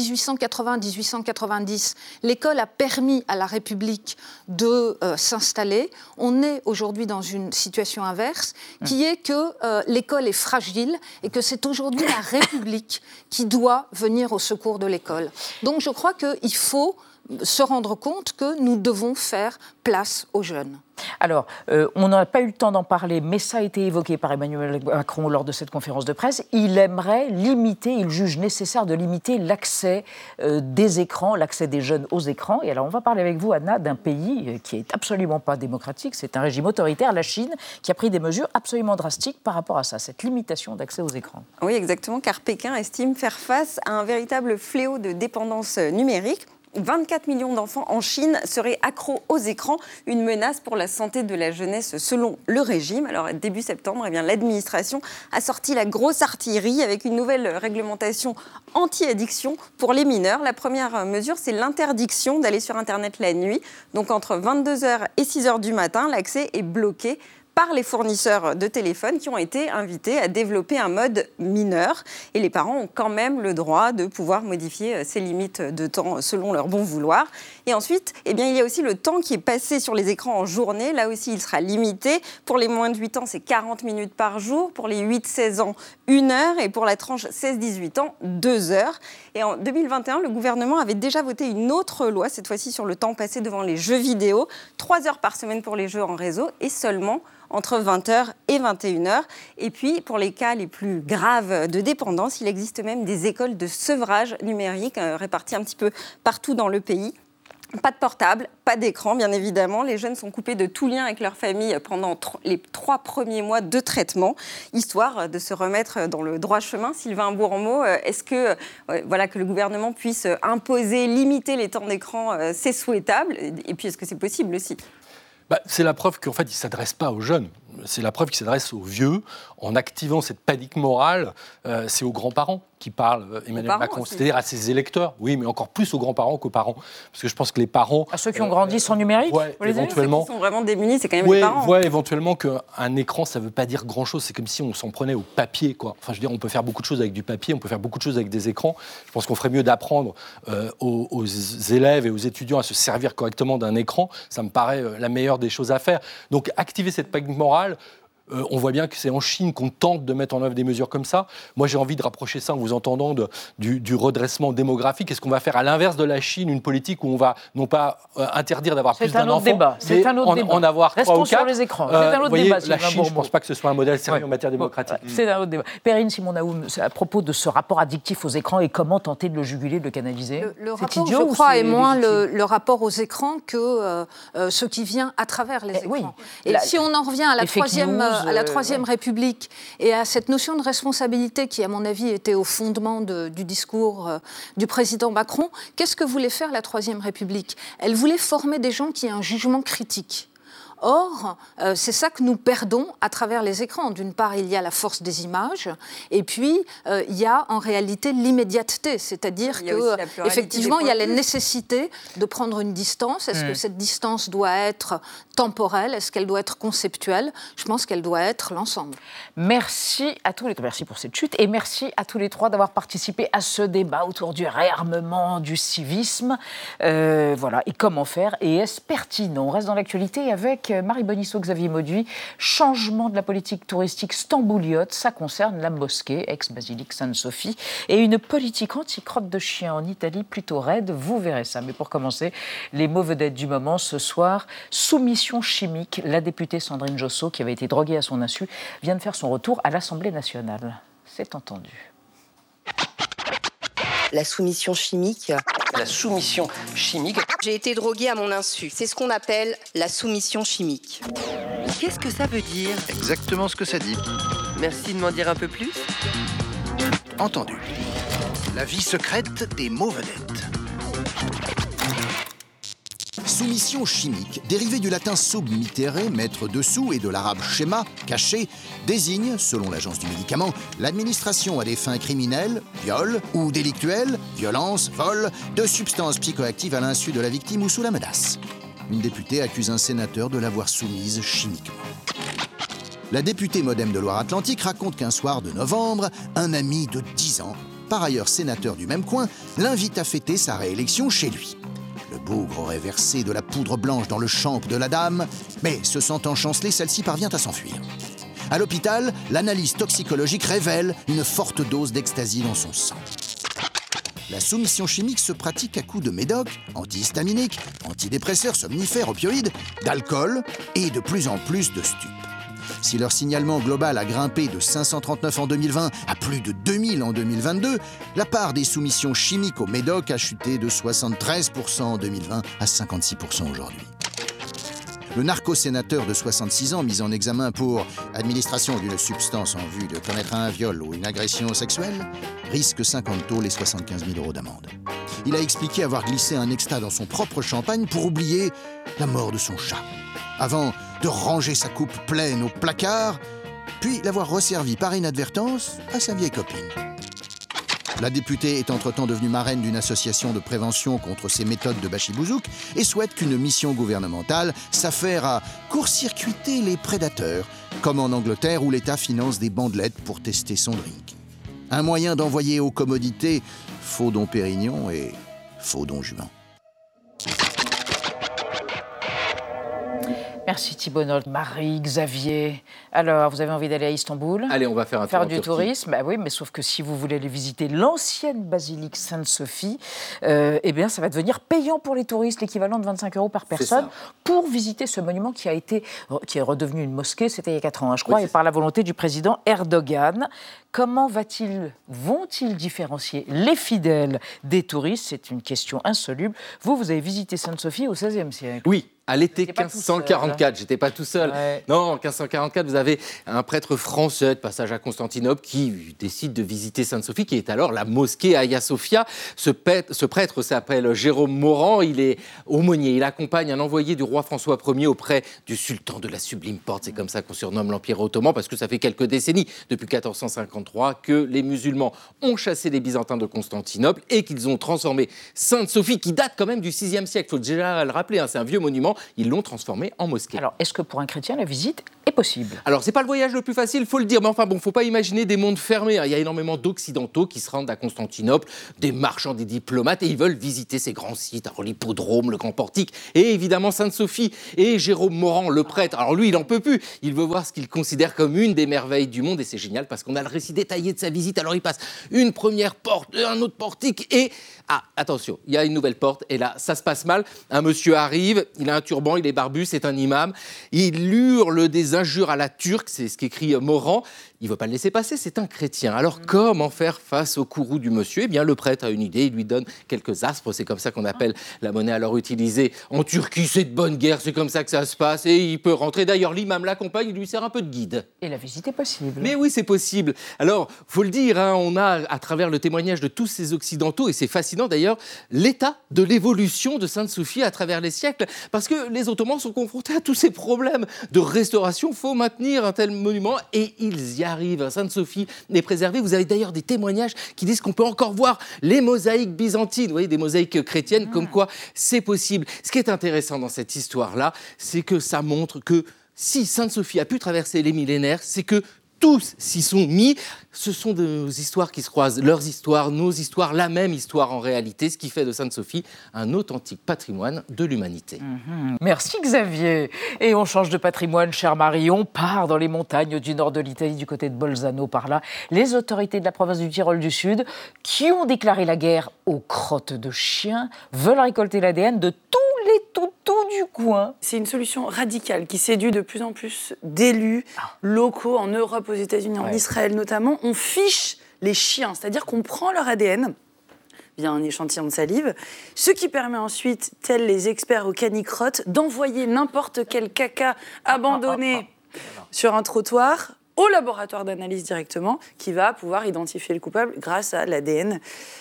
1880-1890, l'école a permis à la République de s'installer, on est aujourd'hui dans une situation inverse, qui est que l'école est fragile et que c'est aujourd'hui la République qui doit venir au secours de l'école. Donc je crois qu'il faut se rendre compte que nous devons faire place aux jeunes. Alors, on n'a pas eu le temps d'en parler, mais ça a été évoqué par Emmanuel Macron lors de cette conférence de presse. Il aimerait limiter, il juge nécessaire de limiter l'accès des écrans, l'accès des jeunes aux écrans. Et alors, on va parler avec vous, Anna, d'un pays qui n'est absolument pas démocratique. C'est un régime autoritaire, la Chine, qui a pris des mesures absolument drastiques par rapport à ça, cette limitation d'accès aux écrans. Oui, exactement, car Pékin estime faire face à un véritable fléau de dépendance numérique. 24 millions d'enfants en Chine seraient accros aux écrans, une menace pour la santé de la jeunesse selon le régime. Alors début septembre, l'administration a sorti la grosse artillerie avec une nouvelle réglementation anti-addiction pour les mineurs. La première mesure, c'est l'interdiction d'aller sur Internet la nuit. Donc entre 22h et 6h du matin, l'accès est bloqué par les fournisseurs de téléphones qui ont été invités à développer un mode mineur. Et les parents ont quand même le droit de pouvoir modifier ces limites de temps selon leur bon vouloir. Et ensuite, il y a aussi le temps qui est passé sur les écrans en journée. Là aussi, il sera limité. Pour les moins de 8 ans, c'est 40 minutes par jour. Pour les 8-16 ans, 1 heure. Et pour la tranche 16-18 ans, 2 heures. Et en 2021, le gouvernement avait déjà voté une autre loi, cette fois-ci sur le temps passé devant les jeux vidéo. 3 heures par semaine pour les jeux en réseau et seulement entre 20h et 21h. Et puis, pour les cas les plus graves de dépendance, il existe même des écoles de sevrage numérique réparties un petit peu partout dans le pays. Pas de portable, pas d'écran, bien évidemment. Les jeunes sont coupés de tout lien avec leur famille pendant les 3 premiers mois de traitement, histoire de se remettre dans le droit chemin. Sylvain Bourmeau, est-ce que, que le gouvernement puisse imposer, limiter les temps d'écran, c'est souhaitable? Et puis, est-ce que c'est possible aussi? C'est la preuve qu'en fait, il ne s'adresse pas aux jeunes. C'est la preuve qu'il s'adresse aux vieux. En activant cette panique morale, c'est aux grands-parents qui parle Emmanuel Macron, c'est-à-dire à ses électeurs. Oui, mais encore plus aux grands-parents qu'aux parents. Parce que je pense que les parents... À ceux qui ont grandi sans numérique, éventuellement, ceux qui sont vraiment démunis, c'est quand même les parents. Voient éventuellement qu'un écran, ça ne veut pas dire grand-chose. C'est comme si on s'en prenait au papier, quoi. Enfin, je veux dire, on peut faire beaucoup de choses avec du papier, on peut faire beaucoup de choses avec des écrans. Je pense qu'on ferait mieux d'apprendre aux élèves et aux étudiants à se servir correctement d'un écran. Ça me paraît la meilleure des choses à faire. Donc, activer cette panique morale... on voit bien que c'est en Chine qu'on tente de mettre en œuvre des mesures comme ça. Moi, j'ai envie de rapprocher ça, en vous entendant, du redressement démographique. Est-ce qu'on va faire, à l'inverse de la Chine, une politique où on va, non pas interdire d'avoir plus d'un enfant, mais en avoir 3 ou 4 sur les écrans. C'est un autre débat. La Chine, je ne pense pas que ce soit un modèle sérieux en matière démocratique. C'est un autre débat. Perrine Simon-Naoum, à propos de ce rapport addictif aux écrans et comment tenter de le juguler, de le canaliser. Le rapport, je crois, est moins le rapport aux écrans que ce qui vient à travers les écrans. Et si on en revient à la Troisième République et à cette notion de responsabilité qui, à mon avis, était au fondement du discours du président Macron, qu'est-ce que voulait faire la Troisième République? Elle voulait former des gens qui aient un jugement critique. Or, c'est ça que nous perdons à travers les écrans. D'une part, il y a la force des images, et puis il y a en réalité l'immédiateté, c'est-à-dire qu'effectivement, il y a la nécessité de prendre une distance. Est-ce que cette distance doit être temporelle? Est-ce qu'elle doit être conceptuelle? Je pense qu'elle doit être l'ensemble. Merci à tous les trois. Merci pour cette chute, et merci à tous les trois d'avoir participé à ce débat autour du réarmement du civisme. Voilà, et comment faire, et est-ce pertinent? On reste dans l'actualité avec Marie Bonisso, Xavier Mauduit. Changement de la politique touristique stambouliote, ça concerne la mosquée, ex-basilique Sainte-Sophie, et une politique anti-crotte de chien en Italie plutôt raide, vous verrez ça. Mais pour commencer, les mots vedettes du moment ce soir, soumission chimique. La députée Sandrine Josso, qui avait été droguée à son insu, vient de faire son retour à l'Assemblée nationale. C'est entendu. La soumission chimique. La soumission chimique. J'ai été droguée à mon insu. C'est ce qu'on appelle la soumission chimique. Qu'est-ce que ça veut dire? Exactement ce que ça dit. Merci de m'en dire un peu plus. Entendu. La vie secrète des mots vedettes. Soumission chimique, dérivée du latin submittere, mettre dessous, et de l'arabe schéma, caché, désigne, selon l'agence du médicament, l'administration à des fins criminelles, viol, ou délictuelles, violence, vol, de substances psychoactives à l'insu de la victime ou sous la menace. Une députée accuse un sénateur de l'avoir soumise chimiquement. La députée Modem de Loire-Atlantique raconte qu'un soir de novembre, un ami de 10 ans, par ailleurs sénateur du même coin, l'invite à fêter sa réélection chez lui. Le bougre aurait versé de la poudre blanche dans le champ de la dame, mais se sentant chanceler, celle-ci parvient à s'enfuir. À l'hôpital, l'analyse toxicologique révèle une forte dose d'ecstasy dans son sang. La soumission chimique se pratique à coups de médoc, antihistaminiques, antidépresseurs, somnifères, opioïdes, d'alcool et de plus en plus de stupes. Si leur signalement global a grimpé de 539 en 2020 à plus de 2000 en 2022, la part des soumissions chimiques au médoc a chuté de 73% en 2020 à 56% aujourd'hui. le narco-sénateur de 66 ans mis en examen pour administration d'une substance en vue de commettre un viol ou une agression sexuelle, risque 50 tôles et 75 000 € d'amende. Il a expliqué avoir glissé un extra dans son propre champagne pour oublier la mort de son chat, avant de ranger sa coupe pleine au placard, puis l'avoir resservie par inadvertance à sa vieille copine. La députée est entre-temps devenue marraine d'une association de prévention contre ces méthodes de bachibouzouk et souhaite qu'une mission gouvernementale s'affaire à court-circuiter les prédateurs, comme en Angleterre où l'État finance des bandelettes pour tester son drink. Un moyen d'envoyer aux commodités faux Dom Pérignon et faux Don Juan. Merci Thibault Nolte. Marie, Xavier. Alors, vous avez envie d'aller à Istanbul? Allez, on va faire un tour en du Turquie. tourisme. Bah oui, mais sauf que si vous voulez aller visiter l'ancienne basilique Sainte-Sophie, eh bien, ça va devenir payant pour les touristes, l'équivalent de 25 € par personne, pour visiter ce monument qui est redevenu une mosquée, c'était il y a 4 ans, je crois, et par la volonté du président Erdogan. Comment vont-ils différencier les fidèles des touristes? C'est une question insoluble. Vous avez visité Sainte-Sophie au XVIe siècle. Oui. À l'été 1544, j'étais pas tout seul. Ouais. Non, en 1544, vous avez un prêtre français de passage à Constantinople qui décide de visiter Sainte-Sophie, qui est alors la mosquée Hagia Sophia. Ce prêtre s'appelle Jérôme Morand, il est aumônier. Il accompagne un envoyé du roi François Ier auprès du sultan de la Sublime Porte. C'est comme ça qu'on surnomme l'Empire ottoman, parce que ça fait quelques décennies, depuis 1453, que les musulmans ont chassé les Byzantins de Constantinople et qu'ils ont transformé Sainte-Sophie, qui date quand même du VIe siècle. Il faut déjà le rappeler, c'est un vieux monument. Ils l'ont transformé en mosquée. Alors, est-ce que pour un chrétien, la visite est possible? Alors, c'est pas le voyage le plus facile, faut le dire, mais enfin bon, faut pas imaginer des mondes fermés. Il y a énormément d'Occidentaux qui se rendent à Constantinople, des marchands, des diplomates, et ils veulent visiter ces grands sites, alors l'hippodrome, le Grand Portique, et évidemment Sainte-Sophie. Et Jérôme Morand, le prêtre, alors lui, il en peut plus. Il veut voir ce qu'il considère comme une des merveilles du monde, et c'est génial parce qu'on a le récit détaillé de sa visite. Alors, il passe une première porte, un autre portique, et attention, il y a une nouvelle porte, et là, ça se passe mal. Un monsieur arrive, il a un turban, il est barbu, c'est un imam. Il hurle des injures à la turque, c'est ce qu'écrit Morand. Il ne veut pas le laisser passer, c'est un chrétien. Alors, comment faire face au courroux du monsieur? Eh bien, le prêtre a une idée, il lui donne quelques aspres. C'est comme ça qu'on appelle la monnaie alors utilisée en Turquie. C'est de bonne guerre, c'est comme ça que ça se passe. Et il peut rentrer. D'ailleurs, l'imam l'accompagne, il lui sert un peu de guide. Et la visite est possible. Mais oui, c'est possible. Alors, faut le dire, on a, à travers le témoignage de tous ces Occidentaux, et c'est fascinant d'ailleurs, l'état de l'évolution de Sainte-Sophie à travers les siècles. Parce que les Ottomans sont confrontés à tous ces problèmes de restauration. Il faut maintenir un tel monument et ils y arrivent. Sainte-Sophie est préservée. Vous avez d'ailleurs des témoignages qui disent qu'on peut encore voir les mosaïques byzantines, vous voyez, des mosaïques chrétiennes, comme quoi c'est possible. Ce qui est intéressant dans cette histoire-là, c'est que ça montre que si Sainte-Sophie a pu traverser les millénaires, c'est que tous s'y sont mis. Ce sont des histoires qui se croisent, leurs histoires, nos histoires, la même histoire en réalité, ce qui fait de Sainte-Sophie un authentique patrimoine de l'humanité. Merci Xavier. Et on change de patrimoine, chère Marie, on part dans les montagnes du nord de l'Italie, du côté de Bolzano, par là. Les autorités de la province du Tyrol du Sud, qui ont déclaré la guerre aux crottes de chiens, veulent récolter l'ADN de tous les toutous du coin. C'est une solution radicale qui séduit de plus en plus d'élus locaux en Europe, aux États-Unis, en Israël notamment. On fiche les chiens, c'est-à-dire qu'on prend leur ADN via un échantillon de salive, ce qui permet ensuite, tels les experts au canicrotte, d'envoyer n'importe quel caca abandonné sur un trottoir au laboratoire d'analyse directement, qui va pouvoir identifier le coupable grâce à l'ADN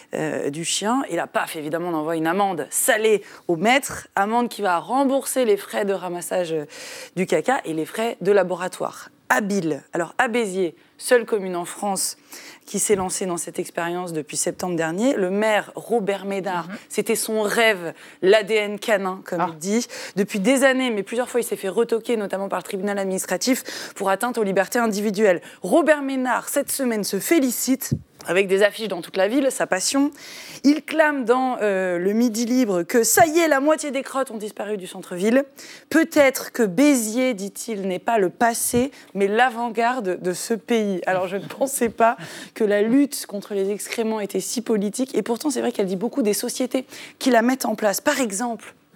du chien. Et là, paf, évidemment, on envoie une amende salée au maître, amende qui va rembourser les frais de ramassage du caca et les frais de laboratoire. Habile. Alors, à Béziers, seule commune en France qui s'est lancée dans cette expérience depuis septembre dernier, le maire Robert Ménard, c'était son rêve, l'ADN canin, comme il dit. Depuis des années, mais plusieurs fois, il s'est fait retoquer, notamment par le tribunal administratif, pour atteinte aux libertés individuelles. Robert Ménard, cette semaine, se félicite, avec des affiches dans toute la ville, sa passion. Il clame dans le Midi Libre que ça y est, la moitié des crottes ont disparu du centre-ville. Peut-être que Béziers, dit-il, n'est pas le passé, mais l'avant-garde de ce pays. Alors je ne pensais pas que la lutte contre les excréments était si politique, et pourtant c'est vrai qu'elle dit beaucoup des sociétés qui la mettent en place. Par exemple,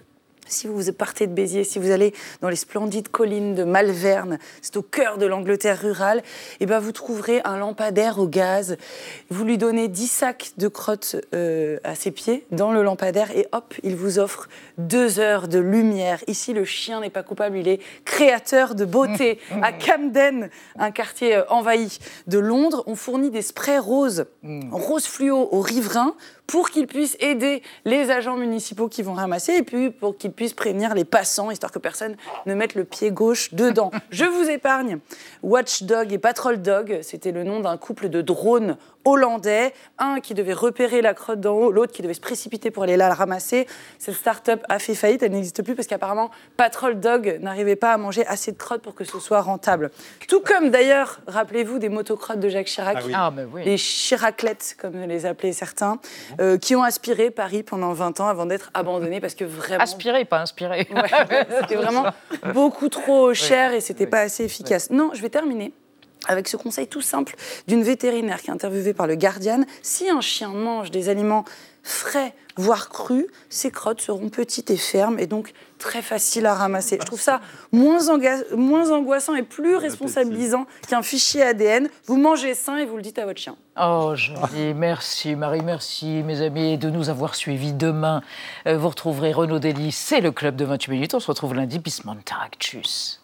Si vous partez de Béziers, si vous allez dans les splendides collines de Malvern, c'est au cœur de l'Angleterre rurale, et ben vous trouverez un lampadaire au gaz. Vous lui donnez 10 sacs de crottes à ses pieds dans le lampadaire et hop, il vous offre 2 heures de lumière. Ici, le chien n'est pas coupable, il est créateur de beauté. À Camden, un quartier envahi de Londres, on fournit des sprays roses, rose fluo aux riverains pour qu'ils puissent aider les agents municipaux qui vont ramasser et puis pour qu'ils puissent prévenir les passants, histoire que personne ne mette le pied gauche dedans. Je vous épargne. Watchdog et Patrol Dog, c'était le nom d'un couple de drones hollandais, un qui devait repérer la crotte d'en haut, l'autre qui devait se précipiter pour aller la ramasser. Cette start-up a fait faillite, elle n'existe plus parce qu'apparemment Patrol Dog n'arrivait pas à manger assez de crottes pour que ce soit rentable. Tout comme d'ailleurs, rappelez-vous des motocrottes de Jacques Chirac, les Chiraclettes comme les appelaient certains, qui ont aspiré Paris pendant 20 ans avant d'être abandonnés parce que vraiment... Aspiré, pas inspiré. Ouais, c'était vraiment beaucoup trop cher et c'était pas assez efficace. Non, je vais terminer avec ce conseil tout simple d'une vétérinaire qui est interviewée par le Guardian. Si un chien mange des aliments frais, voire crus, ses crottes seront petites et fermes et donc très faciles à ramasser. Je trouve ça moins angoissant et plus responsabilisant qu'un fichier ADN. Vous mangez sain et vous le dites à votre chien. Oh, joli. Merci, Marie. Merci, mes amis, de nous avoir suivis. Demain, vous retrouverez Renaud Delis. C'est le Club de 28 minutes. On se retrouve lundi. Bis Montag. Tchuss.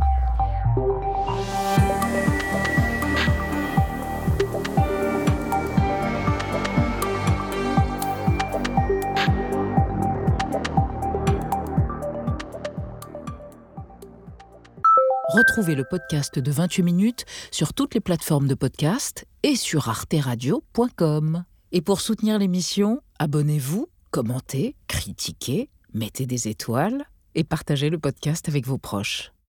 Retrouvez le podcast de 28 minutes sur toutes les plateformes de podcast et sur arteradio.com. Et pour soutenir l'émission, abonnez-vous, commentez, critiquez, mettez des étoiles et partagez le podcast avec vos proches.